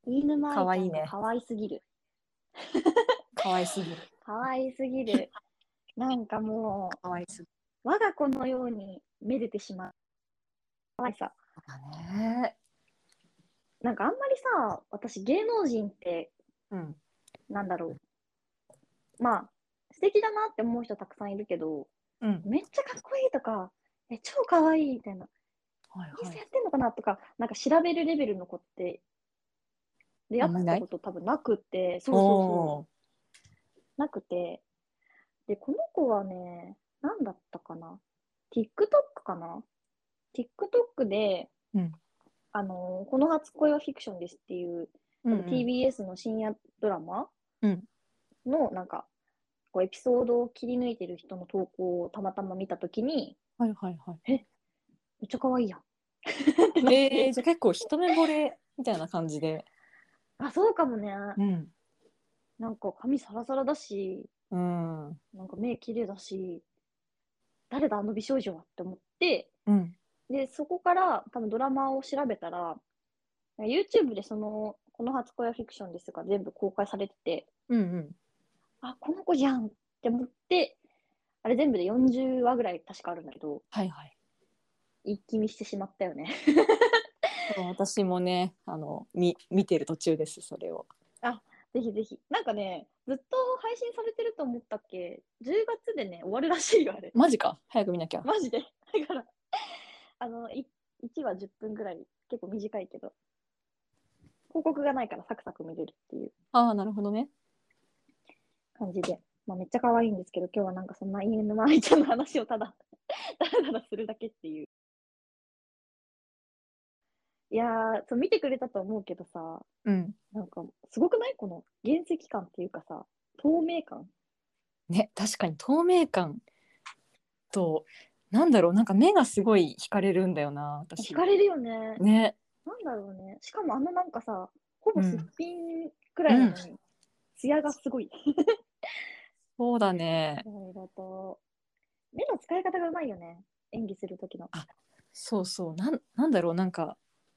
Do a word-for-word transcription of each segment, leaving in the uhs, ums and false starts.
飯沼愛ちゃんがかわいいね。 可愛すぎる。 かわいすぎる。 可愛すぎる。なんかもかわいすぎる。 う、我が子のようにめでてしまう可愛さ。 だね。 なんかあんまりさ、私芸能人って、 うん。 なんだろう。まあ、素敵だなって思う人たくさんいるけど、 うん。 めっちゃかっこいいとか、え、超かわいいみたいな、インスタはいはい。 やってんのかなとか、なんか調べるレベルの子って出会ったあんまりない。 こと多分なくて、そうそうそおー。 う、なくて、で、この子はね、なんだったかな ?TikTok かな ?TikTok で、 うん。 あのーこの初恋はフィクションですっていう、多分うんうん。 ティービーエス の深夜ドラマうん。 の、なんか、こうエピソードを切り抜いてる人の投稿をたまたま見たときに、 はいはいはい。 え、めっちゃ可愛いやんってなっえー、 て。 じゃあ結構一目惚れみたいな感じで。 あ、そうかもね。 うん。 なんか髪サラサラだし、 うん。うなんか目綺麗だし、誰だあの美少女はって思って、 ん。 で、そこから多分ドラマを調べたら、YouTube でその、この初恋はフィクションですが全部公開されてて、 うんうん。 あ、この子じゃんって思って、あれ全部でよんじゅうわぐらい確かあるんだけど、 はいはい。 一気見してしまったよね。 そう私もね、あの、み、見てる途中です、それを。 あ、ぜひぜひ。なんかね、ずっと配信されてると思ったっけ？ じゅう 月でね、終わるらしいよ、あれ。 マジか。早く見なきゃ。 マジで。だから、あの、いいちわじゅっぷんぐらい、結構短いけど、広告がないからサクサク見れるっていうああ、なるほどね。 感じで、まあ、めっちゃ可愛いんですけど、今日はなんかそんな犬沼愛ちゃんの話をただ、だらだらするだけっていう。いやー、そう見てくれたと思うけどさ、 うん。 なんか、すごくないこの原石感っていうかさ、透明感。 ね、確かに透明感と、なんだろう、なんか目がすごい惹かれるんだよな、私。 惹かれるよね。 ね。 なんだろうね。しかもあのなんかさ、ほぼすっうん。 ぴんくらうん。 いなのに、ツヤがすごい。 そうだね。 いろいろと。目の使い方がうまいよね。演技するときの。 あ、そうそう。なん、なんだろう、なんか、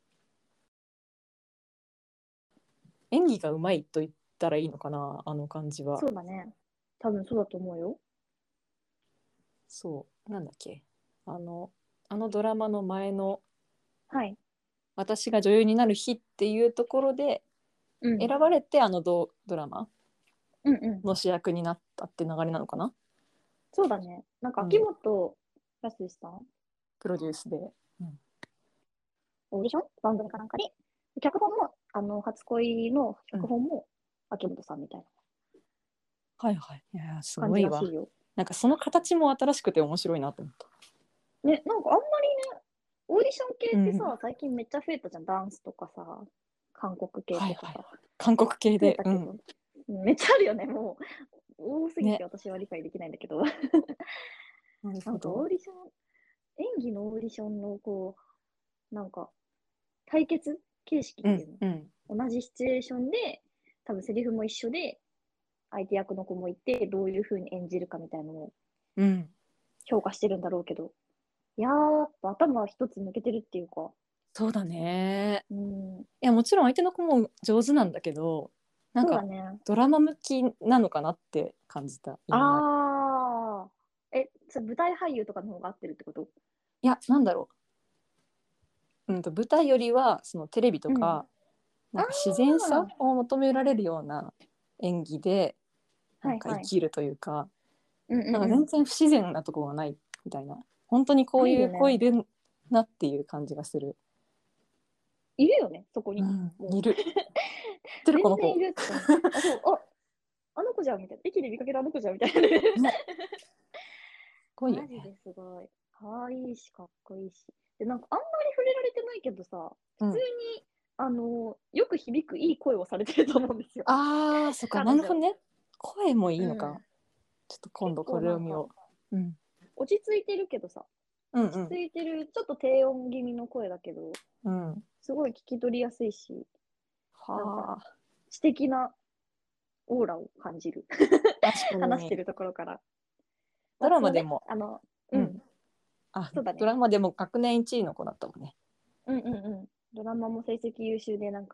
演技がうまいと言ったらいいのかな、あの感じは。 そうだね。多分そうだと思うよ。 そう、なんだっけ。あの、あのドラマの前のはい。 私が女優になる日っていうところでうん。 選ばれてあのド、ドラマうんうん。 の主役になったって流れなのかな。 そうだね。なんか、秋うん。 元康さんプロデュースで。うん。 オーディション番組かなんかに、脚本も、あの、初恋のうん。 脚本も秋元さんみたいなはいはい。いや、す感ごいわ。 じらしいよ。 なんかその形も新しくて面白いなと思った。 ね、なんかあんまりね、オーディション系うん。 ってさ、最近めっちゃ増えたじゃん。ダンスとかさ、韓国系はいとかさ。 はいはい。韓国系増えで。うん。 たけど、めっちゃあるよね、もう。多すぎてね。 私は理解できないんだけど。 なるなんかオほど。 ーディション、演技のオーディションのこう、なんか対決形式っうんていううん。 の。同じシチュエーションで、多分セリフも一緒で、相手役の子もいて、どういう風に演じるかみたいなのをうん。 評価してるんだろうけど、いやー、やっぱ頭一つ抜けてるっていうか、 そうだね。 うん、 いやもちろん相手の子も上手なんだけど、なんかそうだね。 ドラマ向きなのかなって感じた犬前。 あー、え、それ舞台俳優とかの方が合ってるってこと？ いやなんだろう、うんと舞台よりはそのテレビとうん。 かなあんか自然さー、 を求められるような演技でなんか生はいはい。 きるというか、 うんうんなんかうん。 全然不自然なところがないみたいな、本当にこういうないよね。 子いるなっていう感じがする。 いるよね、そこに。 うん、 もう。 いる。知ってるこの子。 全然いるって思う。あ、そう、あ、あの子じゃんみたいな。駅で見かけるあの子じゃんみたいなね。 ね、すごいよね。 マジですごい。可愛いし、かっこいいし。で、なんかあんまり触れられてないけどさ、普通うん。 に、あの、よく響くいい声をされてると思うんですよ。 あーそっか、な彼女。 るほどね。声もいいのか。 うん。 ちょっと今結度こ構なんか、 れを見よう。うん。 落ち着いてるけどさ、落ちうんうん。 着いてる、ちょっと低音気味の声だけど、 うん。 すごい聞き取りやすいし、なんか、 はあ。 知的なオーラを感じる。 確か話してに。 るところから。まドあ、そうね、 ラマでも、 あの、ううん。 ん、 あ、 そうだね。 ドラマでも学年いちいの子だったもんね。 うんうんうん。ドラマも成績優秀で、なんか、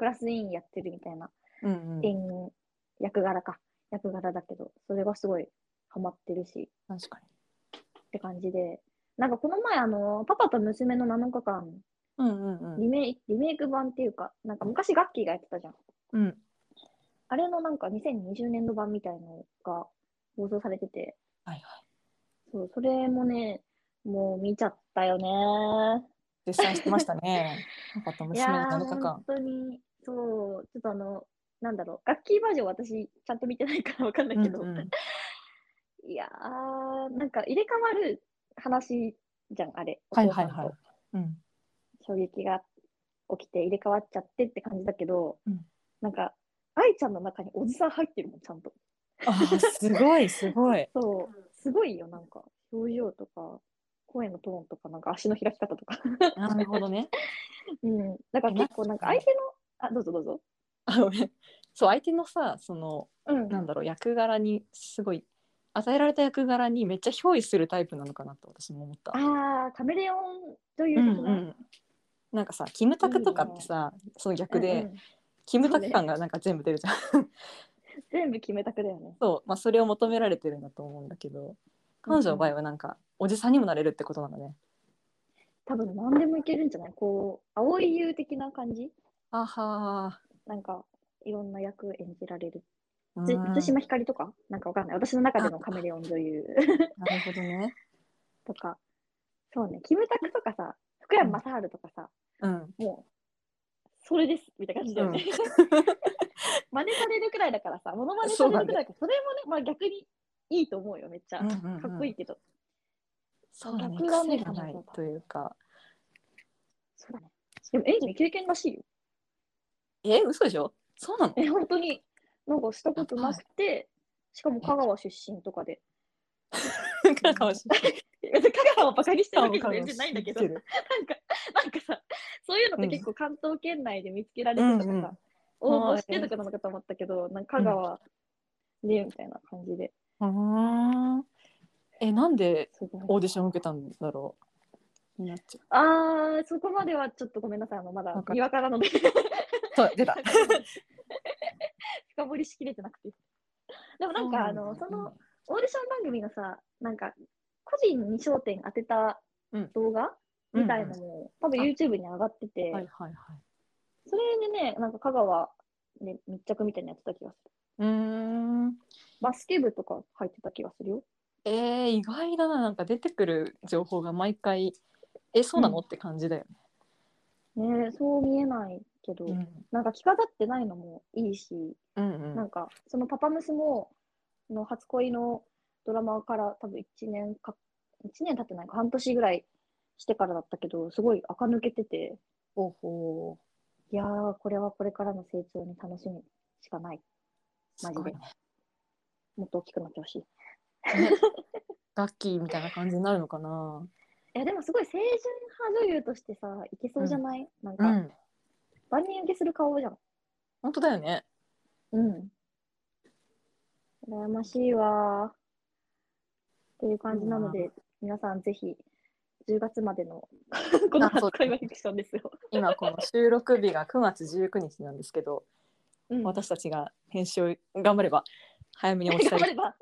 クラス委員やってるみたいな、 うんうん、 演役柄か役柄だけど、それがすごいハマってるし確かに。 って感じで、なんかこの前あのパパと娘のなのかかんうんうんうんリメイリメイク版っていうか、なんか昔ガッキーがやってたじゃん。 うんあれのなんかにせんにじゅうねんど版みたいのが放送されてて、 はいはい。 そう、それもね、もう見ちゃったよね。 絶賛してましたね。パパとい娘のやー、 なのかかん。 本当に、そう、ちょっとあの、なんだろう、ガッキーバージョン私ちゃんと見てないからわかんないうんけど、 うん。 いやー、なんか入れ替わる話じゃん、あれ、おはいはいはい。 父さんと。 うん。 衝撃が起きて入れ替わっちゃってって感じだけど、 うん、 なんか、愛ちゃんの中におじさん入ってるもん、ちゃんと。 ああ、すごいすごい。 そう、すごいよ、なんか、表情とか、声のトーンとか、なんか足の開き方とか。 なるほどね。 うん。だからえ、なん結構、なんかかね、 相手の、あ、どうぞどうぞ。 あのね、そう、相手のさ、その、 うん。 なんだろう、役柄にすごい、与えられた役柄にめっちゃ憑依するタイプなのかなと私も思った。 あー、カメレオン女う優的な。 んうん。なんかさ、キムタクとかっていいね。 さ、その逆で、 うんうん。 キムタクそうね。 感がなんか全部出るじゃん。 全部決めたくだよね。 そう、まあ、それを求められてるんだと思うんだけど、 うん彼女の場うん。 合はなんか、おじさんにもなれるってことなんだね。 多分何でもいけるんじゃない？こう、青い優的な感じ。 あはなんか、いろんな役演じられる。 ー、うつ満ん。 島ひかりとかなんかわかんない。私の中であ、 のカメレオン女優なるほどね。 とか。そうね。キムタクとかさ、福うん。 山雅治とかさ、 うん。 もう、それです。みたいな感じだよね。 うん。 真似されるくらいだからさ、モノマネさそうだね。 れるくらいだから、それもね、まあ逆にいいと思うよ、めっちゃ。 うんうんかっうん。 こいいけど。 そうだね。 逆だね、 癖がない彼女が。 というか。 そうだね。でも演技未経験らしいよ。 え、嘘でしょ？そうなの？ え、本当に、なんかしたことなやばい。 くて、しかも香え、 川出身とかで。 香川出身。 別に香川をバカにしてる香川、 わけじゃ全香川然ないんだけど、 信じてる。 なんか、なんかさ、そういうのっうん。 て結構関東圏内で見つけられうんてとかさ、 うん。 応募してとはい。 かなのかと思ったけど、なんか香うん。 川でみたいな感じで。 うーん。え、なんですごい。 オーディション受けたんだろうになっちゃあー、そこまではちょっとごめんなさい。あの、まう。 だわかる。 にわかなのでそう、出た。 あの深掘りしきれてなくて。でもなんか、あの、 そうなんだね。 その、 いいね。 オーディション番組のさ、なんか、個人に焦点当てたうん。 動画みたいうんうん。 のも、多分あ、 YouTube に上がってて、 はいはいはい。 それでね、なんか香川で密着みたいなやってた気がする。 うーん。 バスケ部とか入ってた気がするよ。 えー、意外だな。なんか出てくる情報が毎回、え、そうなのうん。 って感じだよね。 ね、そう見えないけど、 うん。 なんか着飾ってないのもいいし、 うんうん。 なんか、そのパパ娘も、の初恋のドラマから多分いちねんか、いちねん経ってないか、半年ぐらいしてからだったけど、すごい垢抜けてて、 ほうほう。 いやー、これはこれからの成長に楽しみしかない。マジで。 すごいね。 もっと大きくなってほしい。 ね、ガッキーみたいな感じになるのかな。 いや、でもすごい清純派女優としてさ、いけそうじゃうん。 ない？なんか、 うん。 万人受けする顔じゃん。 本当だよね。 うん。羨ましいわー。っていう感じいいな。 なので、皆さんぜひ、じゅうがつまでのこのあ、そ初うですね。 恋はフィクションですよ。 今この収録日がくがつじゅうくにちなんですけど、 うん。 私たちが編集を頑張れば早めにお伝え。 頑張れば、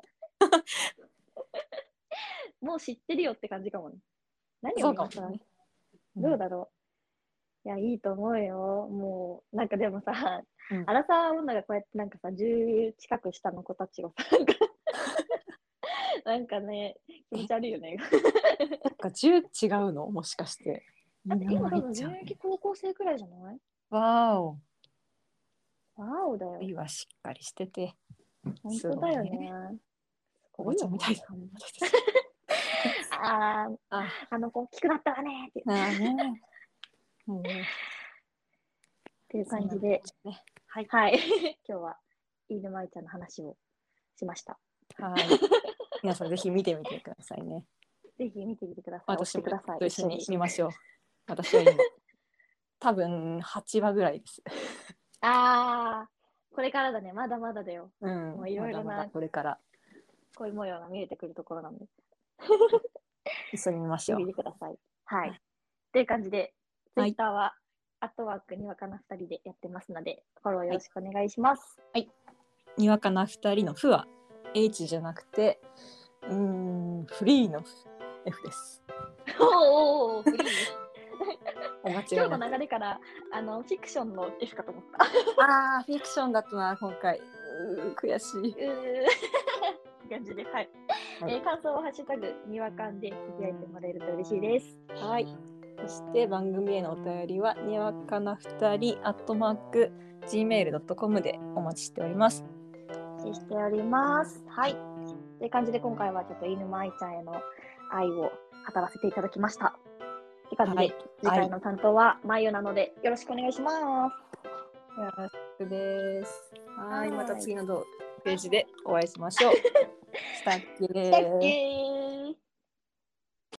もう知ってるよって感じかもね。何をそうか今さ、 もね。うん。 どうだろう。いや、いいと思うよ。もう、なんかでもさ、 うん。 アラサー女がこうやってなんかさ、じゅう近く下の子たちをさ、なんかなんかね、気持え、 ち悪いよね。 なんかじゅう違うのもしかして。 だってみんな今多分参っちゃう。 現役高校生くらいじゃない？ わーお。 わおだよ。 いいわ、しっかりしてて。 本す当だよね。 ごいね。おばすごいよね。 ちゃんみたいだ。 そんな私たち。 あー、 あ、 あの子大きくなったわねって。っあーね。もう、 ていうそんなの感じで、 ね。はい。 はい。今日は飯沼愛ちゃんの話をしました。 はい。皆さんぜひ見てみてくださいね。 ぜひ見てみてください。押し私もてください。 と一緒に一緒に。 見ましょう。私は今、多分はちわぐらいです。 あー、これからだね。まだまだだよ。 うん、 もういまだまだろいろなこれから恋模様が見えてくるところなんで、 一緒に見ましぜひょう。 見てください。はい。っていう感じで、ツイはい。 ッターはアットワークにわかなふたりでやってますので、フォローよろしくお願いします。 にわかなふたりのふは H じゃなくて、うーん、フリーの F です。 おお、フリー。 お間違い今なく。 日の流れからあのフィクションの F かと思った。 ああ、フィクションだったな、今回。うー悔しい。 うー感じで、はい。 はいえー感想をハッシュタグにわかんでつぶやいてもらえると嬉しいです。 はい。そして番組へのお便りはにわかなふたりアットマーク ジーメールドットコム でお待ちしております。 お待ちしております。はい。という感じで今回はちょっと飯沼愛ちゃんへの愛を語らせていただきました。って感じで、 はい次回の担当はまゆなのでよろしくお願いします。 よろしくです。はい、 はいまた次のページでお会いしましょう。したっけー。 したっけー。